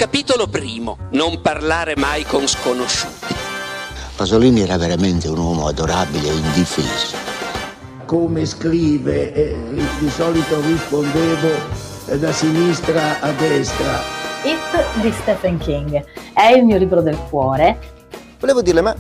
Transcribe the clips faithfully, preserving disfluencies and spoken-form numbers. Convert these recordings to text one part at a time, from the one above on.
Capitolo primo. Non parlare mai con sconosciuti. Pasolini era veramente un uomo adorabile e indifeso. Come scrive, eh, di solito rispondevo eh, da sinistra a destra. It di Stephen King è il mio libro del cuore. Volevo dirle, ma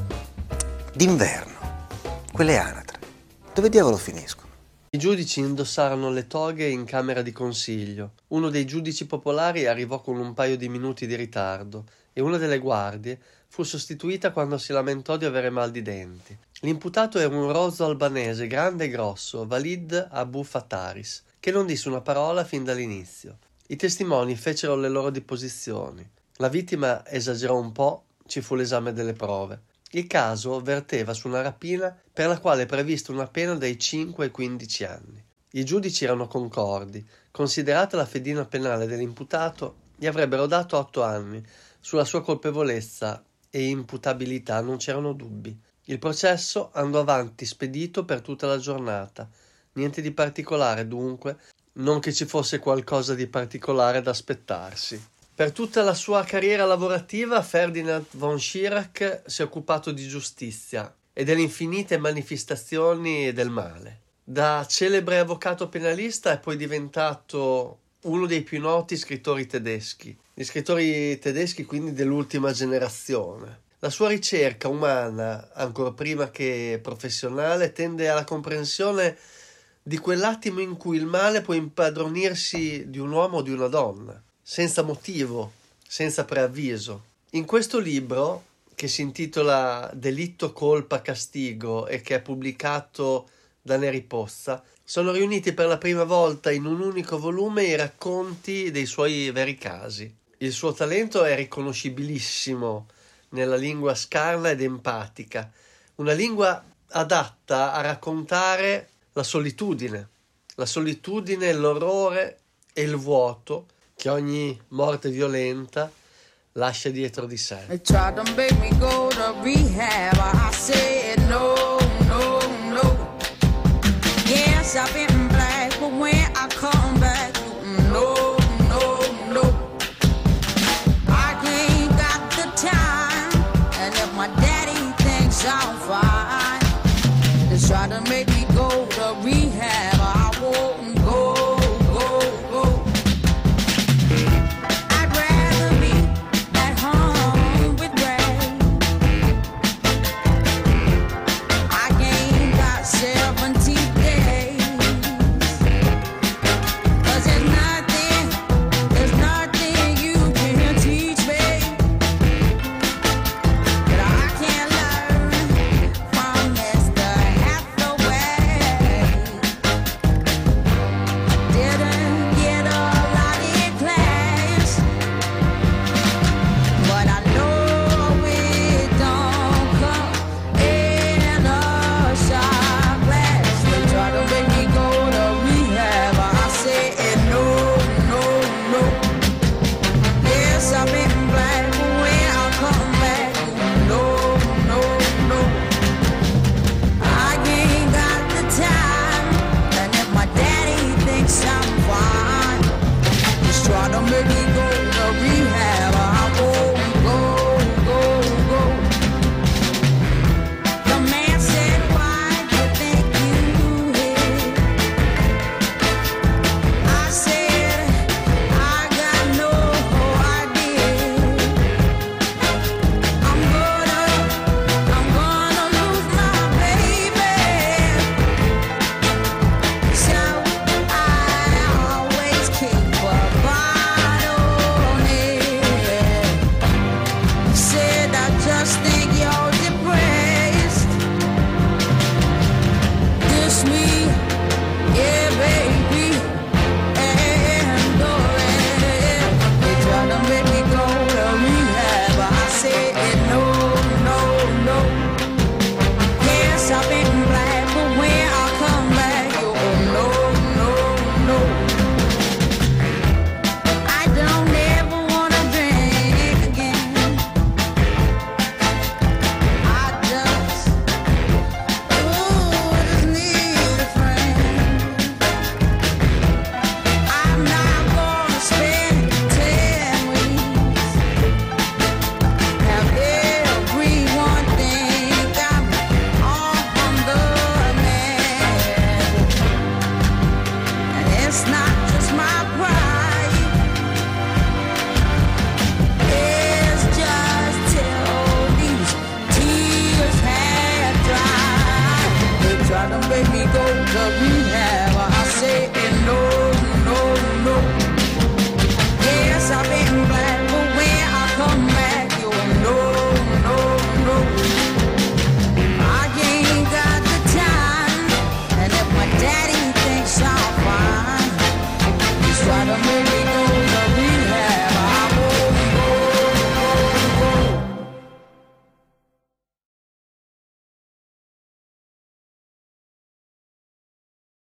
d'inverno, quelle anatre, dove diavolo finiscono? I giudici indossarono le toghe in camera di consiglio. Uno dei giudici popolari arrivò con un paio di minuti di ritardo e una delle guardie fu sostituita quando si lamentò di avere mal di denti. L'imputato era un rozzo albanese grande e grosso, Walid Abu Fataris, che non disse una parola fin dall'inizio. I testimoni fecero le loro deposizioni. La vittima esagerò un po', ci fu l'esame delle prove. Il caso verteva su una rapina per la quale è prevista una pena dai cinque ai quindici anni. I giudici erano concordi. Considerata la fedina penale dell'imputato, gli avrebbero dato otto anni. Sulla sua colpevolezza e imputabilità non c'erano dubbi. Il processo andò avanti spedito per tutta la giornata. Niente di particolare dunque, non che ci fosse qualcosa di particolare da aspettarsi. Per tutta la sua carriera lavorativa Ferdinand von Schirach si è occupato di giustizia e delle infinite manifestazioni del male. Da celebre avvocato penalista è poi diventato uno dei più noti scrittori tedeschi, gli scrittori tedeschi quindi dell'ultima generazione. La sua ricerca umana, ancora prima che professionale, tende alla comprensione di quell'attimo in cui il male può impadronirsi di un uomo o di una donna, senza motivo, senza preavviso. In questo libro, che si intitola Delitto, colpa, castigo e che è pubblicato da Neri Pozza, sono riuniti per la prima volta in un unico volume i racconti dei suoi veri casi. Il suo talento è riconoscibilissimo nella lingua scarna ed empatica, una lingua adatta a raccontare la solitudine, la solitudine, l'orrore e il vuoto che ogni morte violenta lascia dietro di sé. They tried to make me go to rehab. I said no, no, no. Yes, I've been black, but when I come back